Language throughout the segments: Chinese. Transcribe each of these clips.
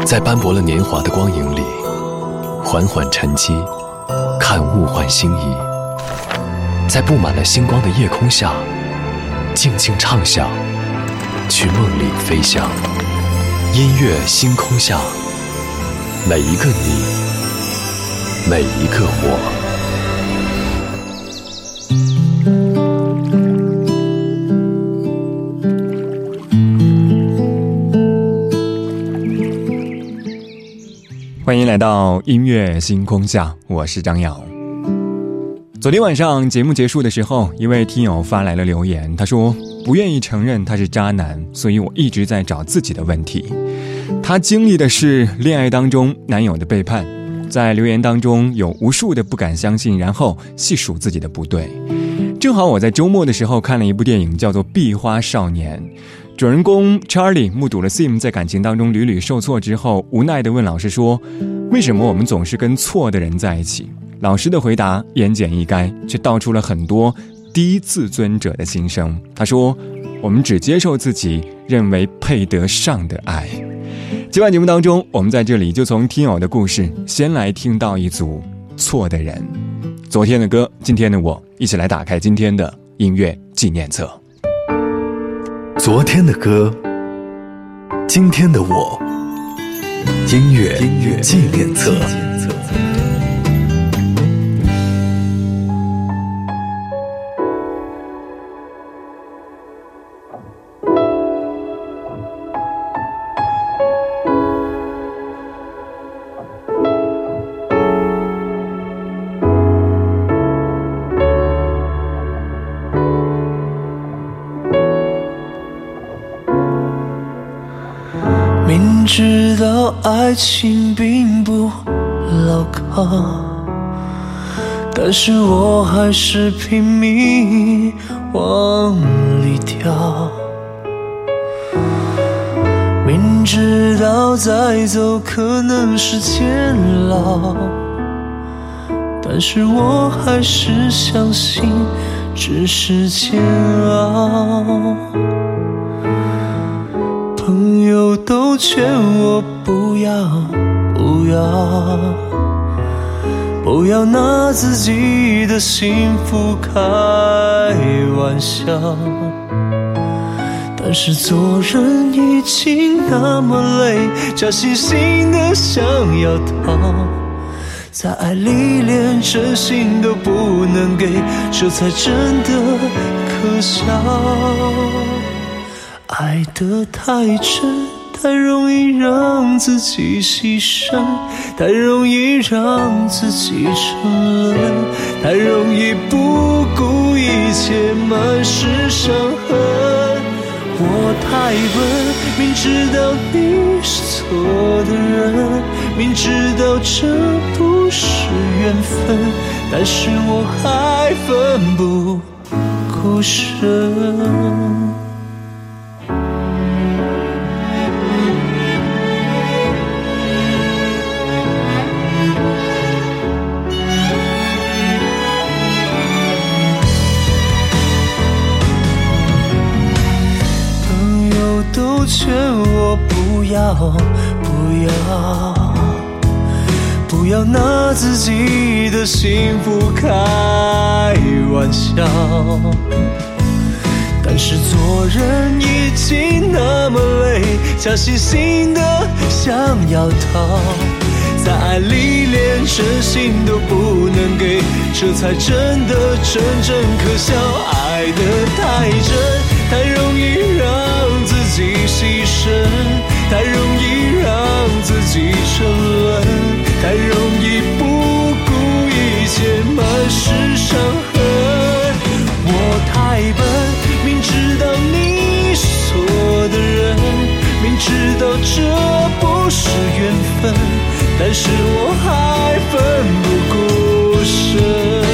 在斑驳了年华的光影里，缓缓沉积，看物换星移。在布满了星光的夜空下，静静畅想，去梦里飞翔。音乐星空下，每一个你，每一个我。 欢迎来到音乐星空下，我是张瑶。昨天晚上节目结束的时候，一位听友发来了留言，他说不愿意承认他是渣男，所以我一直在找自己的问题。他经历的是恋爱当中男友的背叛，在留言当中有无数的不敢相信，然后细数自己的不对。正好我在周末的时候看了一部电影，叫做《壁花少年》。主人公 Charlie 目睹了 Sim 在感情当中屡屡受挫之后，无奈地问老师说，为什么我们总是跟错的人在一起？老师的回答言简意赅，却道出了很多低自尊者的心声。他说，我们只接受自己认为配得上的爱。今晚节目当中，我们在这里就从听友的故事先来听到一组错的人。昨天的歌，今天的我，一起来打开今天的音乐纪念册。 昨天的歌，今天的我，音乐纪念册。 明知道爱情并不牢靠，但是我还是拼命往里跳。明知道再走可能是监牢，但是我还是相信只是煎熬。朋友都劝我不要拿自己的幸福开玩笑，但是做人已经那么累，假惺惺的想要逃，在爱里连真心都不能给，这才真的可笑。爱得太真，太容易让自己牺牲，太容易让自己沉沦，太容易不顾一切满是伤痕。我太笨，明知道你是错的人，明知道这不是缘分，但是我还奋不顾身。都劝我不要拿自己的幸福开玩笑，但是做人已经那么累，假惺惺的想要逃，在爱里连真心都不能给，这才真的真正可笑。爱得太真，太容易让自己牺牲，太容易让自己沉沦，太容易不顾一切满是伤痕。我太笨，明知道你是错的人，明知道这不是缘分，但是我还奋不顾身。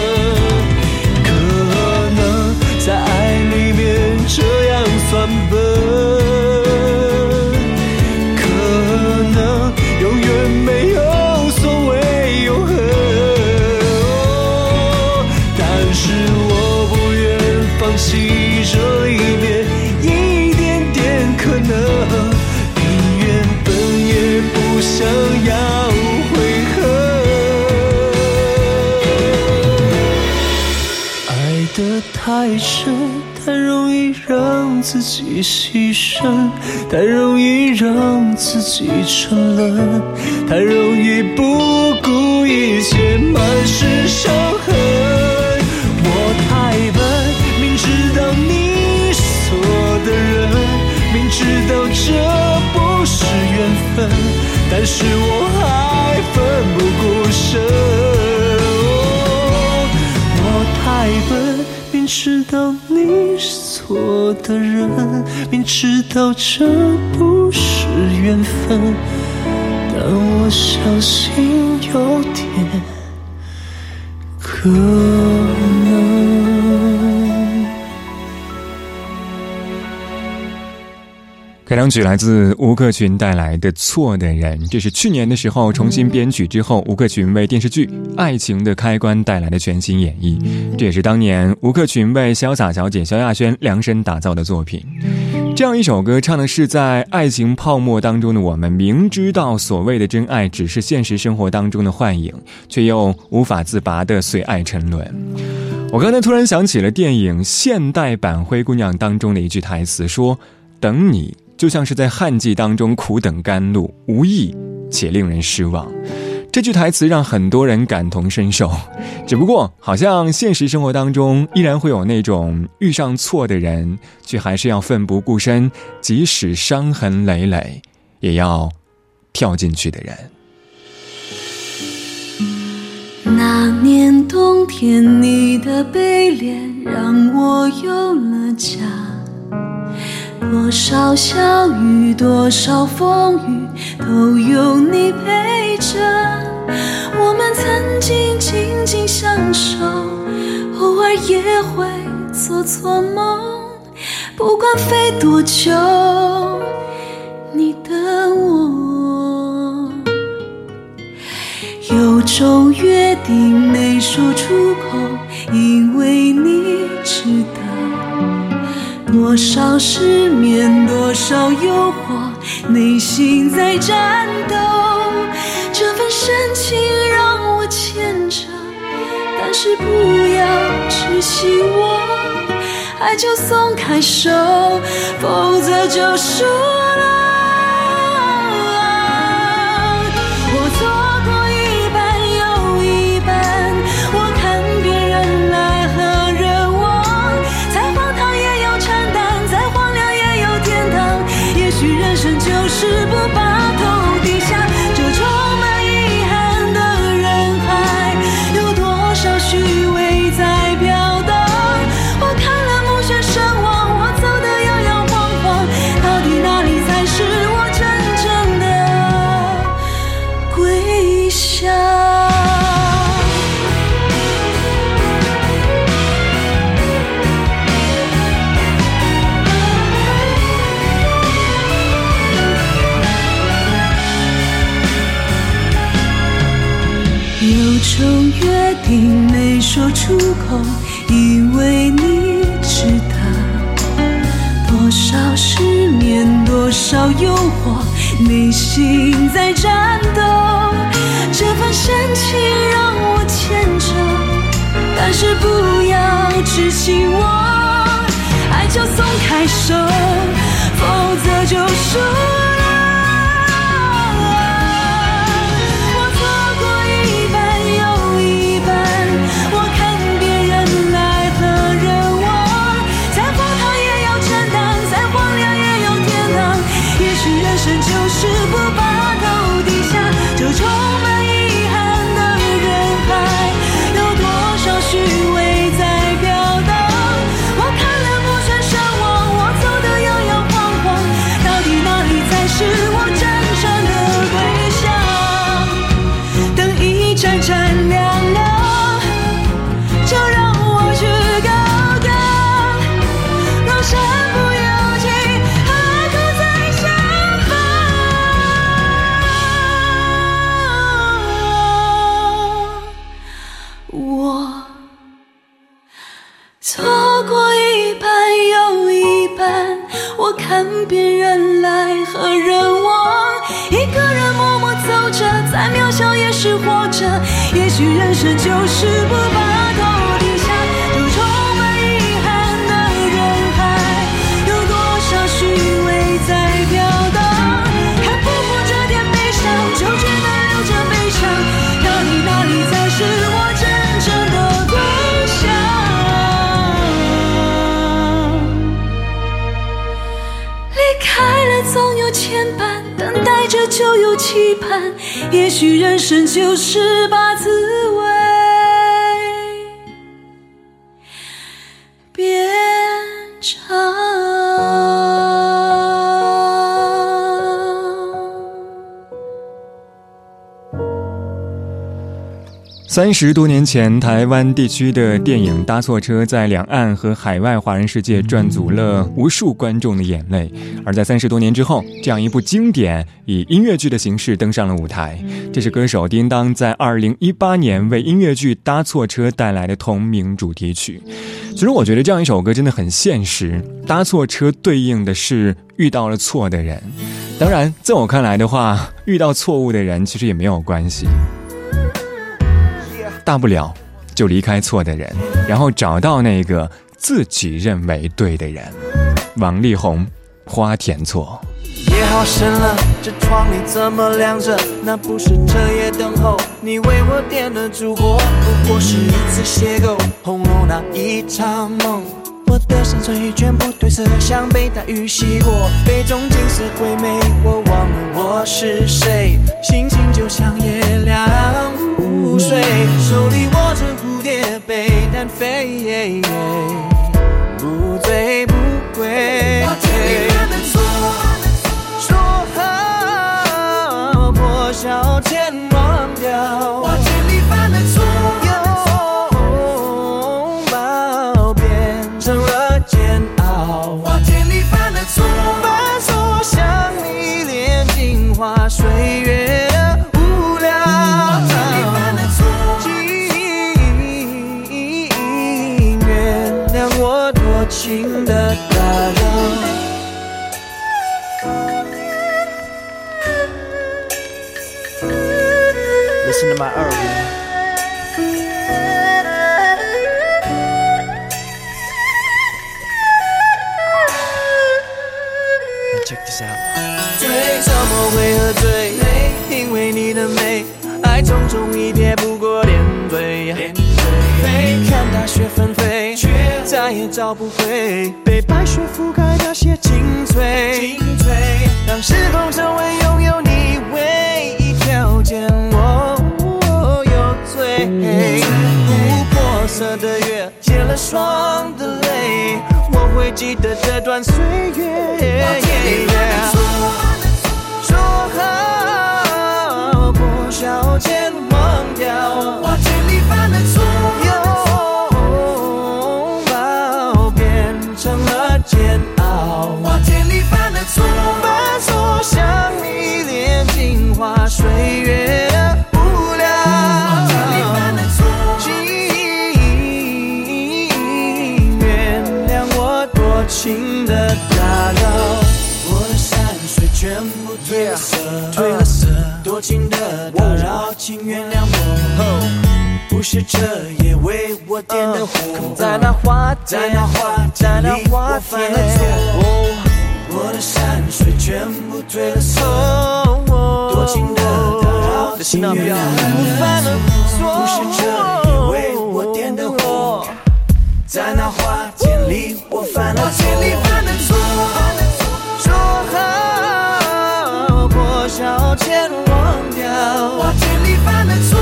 可能在爱里面这样算笨，可能永远没有所谓永恒，但是我不愿放弃这里面一点点可能，宁愿笨也自己牺牲，太容易让自己沉沦，太容易不顾一切满是伤痕。我太笨，明知道你是错的人，明知道这不是缘分，但是我还奋不顾身。我太笨，明知道你是错的人，明知道这不是缘分，但我相信有点可能。 开场曲来自吴克群带来的《错的人》，这是去年的时候重新编曲之后，吴克群为电视剧《爱情的开关》带来的全新演绎。这也是当年吴克群为潇洒小姐萧亚轩量身打造的作品。这样一首歌唱的是在爱情泡沫当中的我们，明知道所谓的真爱只是现实生活当中的幻影，却又无法自拔地随爱沉沦。我刚才突然想起了电影现代版《灰姑娘》当中的一句台词，说等你就像是在旱季当中苦等甘露，无益且令人失望。这句台词让很多人感同身受，只不过好像现实生活当中依然会有那种遇上错的人却还是要奋不顾身，即使伤痕累累也要跳进去的人。 那年冬天你的悲恋让我有了家，多少小雨多少风雨都有你陪着，我们曾经紧紧相守，偶尔也会做错梦，不管飞多久你等我，有种约定没说出口，因为你知道多少失眠多少诱惑，内心在战斗，这份深情让我牵着，但是不要痴心我，爱就松开手，否则就输了。我错过一半又一半，我看别人来和人往，再荒唐也有承担，再荒凉也有天堂，也许人生就是不把头低下，这充满遗憾的人海，有多少虚伪在飘荡，我看了目眩神往，我走得摇摇晃晃，到底哪里才是我真正的归乡。有种约定没说出口，因为你知道多少失眠多少诱惑，内心在战斗，这份深情让我牵着，但是不要痴心我，爱就松开手，否则就输了。就是不把头低下，这充满遗憾的人海，有多少虚伪在飘荡，我看了目眩神往，我走得摇摇晃晃，到底哪里才是我真正的归乡？灯一盏盏亮了，就让我去高歌，让身不由己，海枯在下错过一半又一半，我看别人来和人往，一个人默默走着，再渺小也是活着，也许人生就是不把头低下，就充满遗憾的人海，有多期盼，也许人生就是把滋味变长。 30多年前，台湾地区的电影《搭错车》在两岸和海外华人世界赚足了无数观众的眼泪。而在30多年之后，这样一部经典以音乐剧的形式登上了舞台。这是歌手叮当在2018年为音乐剧《搭错车》带来的同名主题曲。其实我觉得这样一首歌真的很现实，搭错车对应的是遇到了错的人。当然，在我看来的话，遇到错误的人其实也没有关系。大不了就离开错的人，然后找到那个自己认为对的人。王力宏，花田错。 夜好深了，这窗里怎么亮着？那不是彻夜等候，你为我点的烛火，不过是一次邂逅，轰隆那一场梦。我的山水全部褪色，像被大雨洗过，杯中景色归美，我忘了我是谁，心情就像月亮无水，手里握着蝴蝶被单飞，不醉不归。把天里犯的错说好，破晓前忘掉，把天里犯的错拥抱变成了煎熬，把天里犯的错把错向你炼精华岁月的无聊，把天里犯的错请原谅我多情的打扰。Listen to my earworm. Check this out. 醉怎么会喝醉？因为你的美，爱匆匆一瞥，不过点缀。看大雪纷飞，却再也找不回被白雪覆盖那些精粹。让时空成为拥有你唯一条件，我有罪。琥珀色的月，结了霜的泪，我会记得这段岁月。把天里犯的错说好，破晓前忘掉，把天里犯的错拥抱变成了煎熬，把天里犯的错把错向你炼精华岁月的无聊，把天里犯的错请原谅我多情的打扰，我的山水全部褪了色，多情的打扰，请原谅我，不是彻夜为我点的火，在那花田里我犯了错，我的山水全部褪了色，多情的打扰，请原谅我犯了错，不是彻夜为我点的火，在那花田里我犯了错，说好破晓前忘掉，把天里犯的错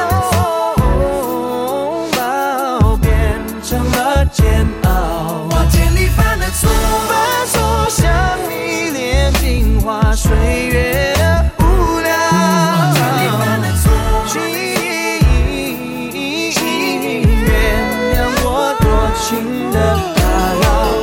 拥抱变成了煎熬，把天里犯的错把错向你炼精华岁月的无聊，把天里犯的错请原谅我多情的打扰。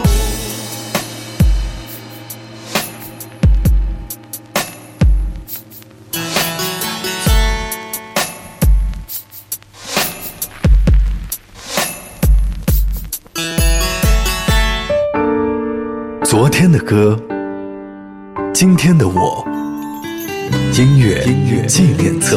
昨天的歌，今天的我，音乐纪念册。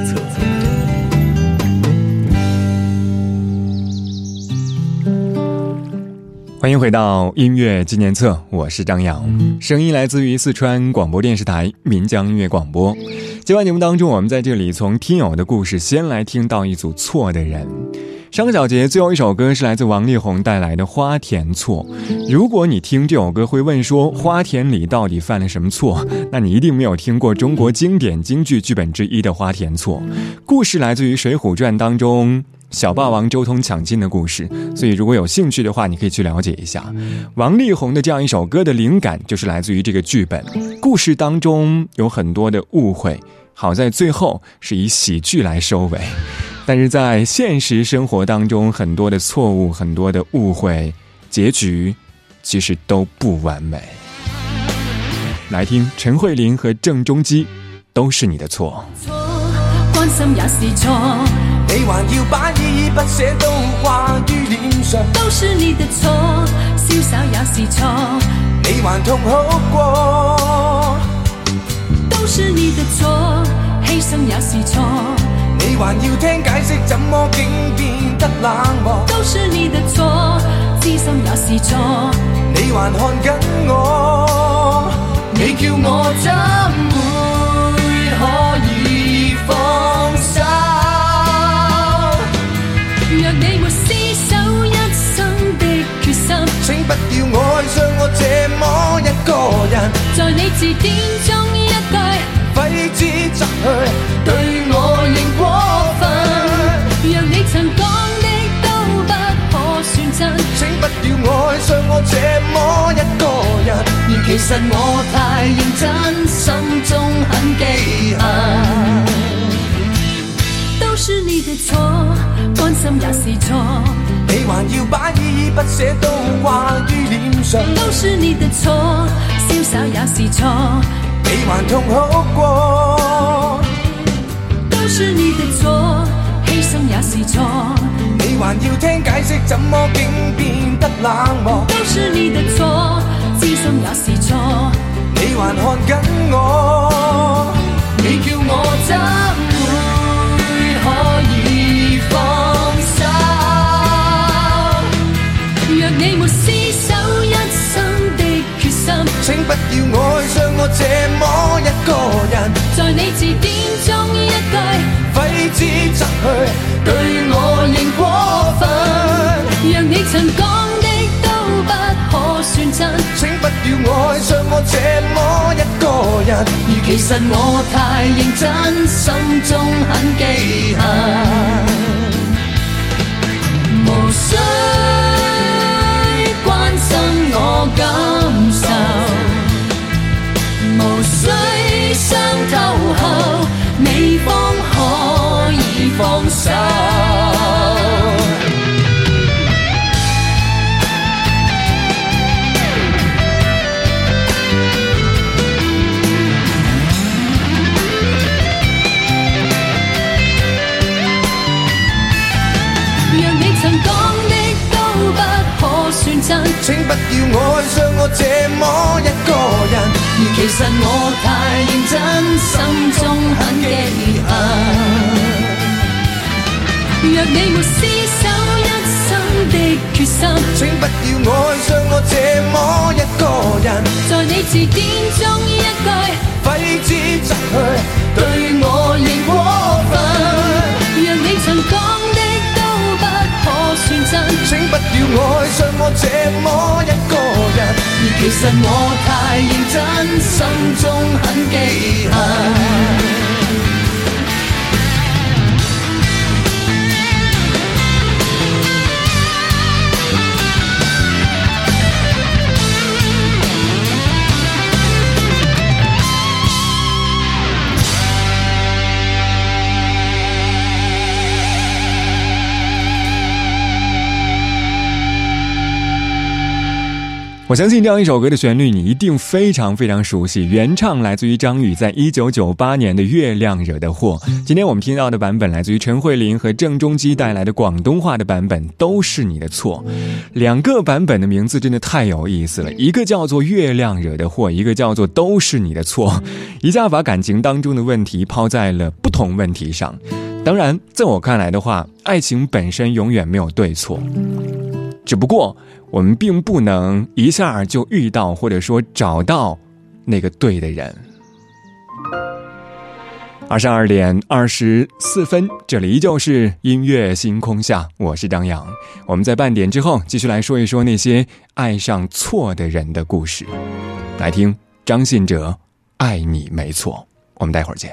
欢迎回到音乐纪念册，我是张扬，声音来自于四川广播电视台岷江音乐广播。今晚节目当中，我们在这里从听友的故事先来听到一组错的人。 上个小节最后一首歌是来自王力宏带来的《花田错》。如果你听这首歌会问说花田里到底犯了什么错，那你一定没有听过中国经典京剧剧本之一的《花田错》。故事来自于《水浒传》当中小霸王周通抢亲的故事，所以如果有兴趣的话，你可以去了解一下。王力宏的这样一首歌的灵感就是来自于这个剧本，故事当中有很多的误会，好在最后是以喜剧来收尾。但是在现实生活当中，很多的错误，很多的误会，结局其实都不完美。来听陈慧琳和郑中基，都是你的错。 關心也是錯， 你還要把依依不捨都掛於臉上， 都是你的錯，瀟灑也是錯， 你還痛哭過， 都是你的錯，犧牲也是錯， 你還要聽解釋，怎麼竟變得冷漠， 都是你的錯，知心也是錯， 你還看緊我，你叫我怎會可以放手？ 若你沒廝守一生的決心， 請不要愛上我這麼一個人， 在你字典中一句揮之則去，對我仍過分。 若你曾講的都不可算真， 請不要愛上我這麼一個人，而其實我太認真，心中很記恨。 都是你的錯，關心也是錯， 你還要把依依不捨都掛於臉上， 都是你的錯，瀟灑也是錯， 你還痛哭過， 都是你的錯，犧牲也是錯， 你還要聽解釋，怎麼竟變得冷漠， 都是你的錯，知心也是錯， 你還看緊我，你叫我怎會可以放手？ 若你沒廝守一生的決心， 請不要愛上我這麼一個人， 在你字典中一句揮之則去，對我仍過分。 若你曾講的都不可算真， 請不要愛上我這麼一個人，而其實我太認真，心中很記恨。無需關心我感受， 無需傷透後你方可以放手。若你曾講的都不可算真， 請不要愛上我這麼一個人，而其實我太認真，心中很記恨。 若你沒廝守一生的決心， 請不要愛上我這麼一個人， 在你字典中一句揮之則去，對我仍過分。 若你曾講的都不可算真， 請不要愛上我這麼一個人，而其實我太認真，心中很記恨。 我相信这样一首歌的旋律你一定非常非常熟悉，原唱来自于张宇在1998年的《月亮惹的祸》。今天我们听到的版本来自于陈慧琳和郑中基带来的广东话的版本，都是你的错。两个版本的名字真的太有意思了，一个叫做《月亮惹的祸》，一个叫做《都是你的错》，一下把感情当中的问题抛在了不同问题上。当然在我看来的话，爱情本身永远没有对错，只不过我们并不能一下就遇到或者说找到那个对的人。 22:24，这里依旧是音乐星空下，我是张扬。我们在半点之后继续来说一说那些爱上错的人的故事。来听张信哲，爱你没错。我们待会儿见。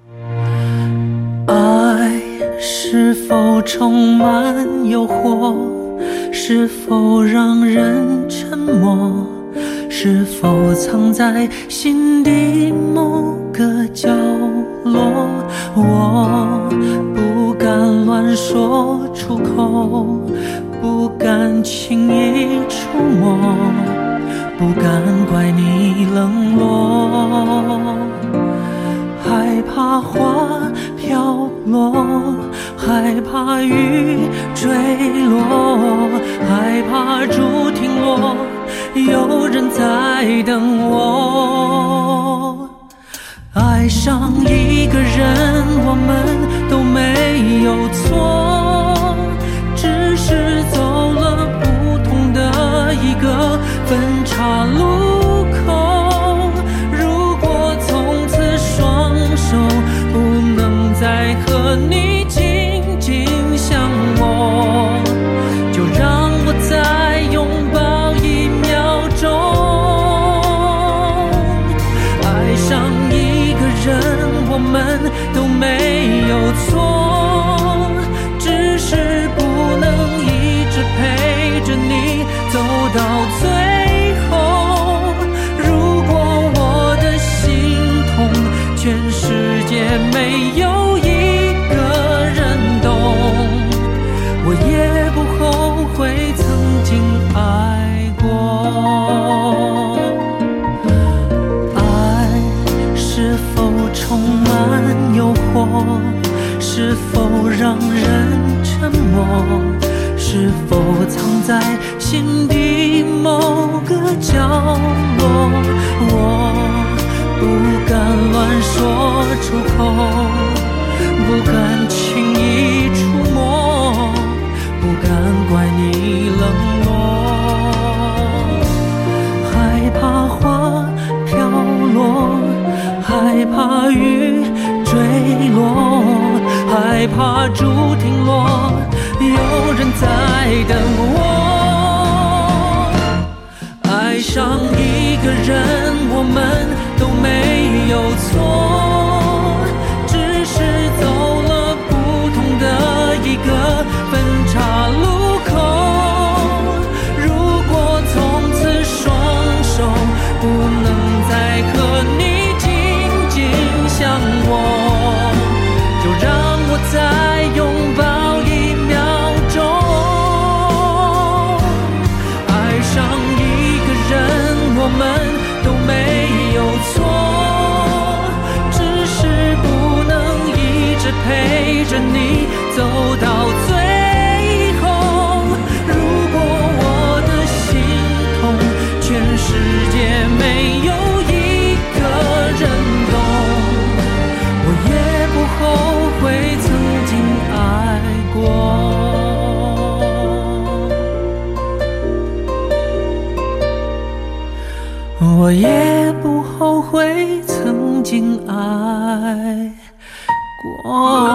爱是否充满诱惑？是否让人沉默？是否藏在心底某个角落？我不敢乱说出口，不敢轻易触摸，不敢怪你冷落，害怕花飘落，害怕雨坠落，害怕竹停落，有人在等我。爱上一个人，我们都没有错，只是走了不同的一个分岔路口。如果从此双手不能再和你紧紧相握，就让我再拥抱一秒钟。爱上一个人，我们都没有错，只是不能一直陪着你走到最后。如果我的心痛，全世界没有一个人懂，我也不后悔曾经爱过。爱是否充满诱惑？是否让人沉默？是否藏在心底某个角落？我不敢乱说出口，不敢轻易触摸，不敢怪你冷落，害怕花飘落，害怕雨坠落，害怕竹停落，有人在等我。爱上一个人，我们都没有错，只是走了不同的一个分岔路口。如果从此双手不能再和你紧紧相握，就让我再拥抱一秒钟。爱上一个人，我们都没有错，只是不能一直陪着你走到最后。如果我的心痛，全世界没有一个人懂，我也不后悔曾经爱过。我也不后悔曾经爱过。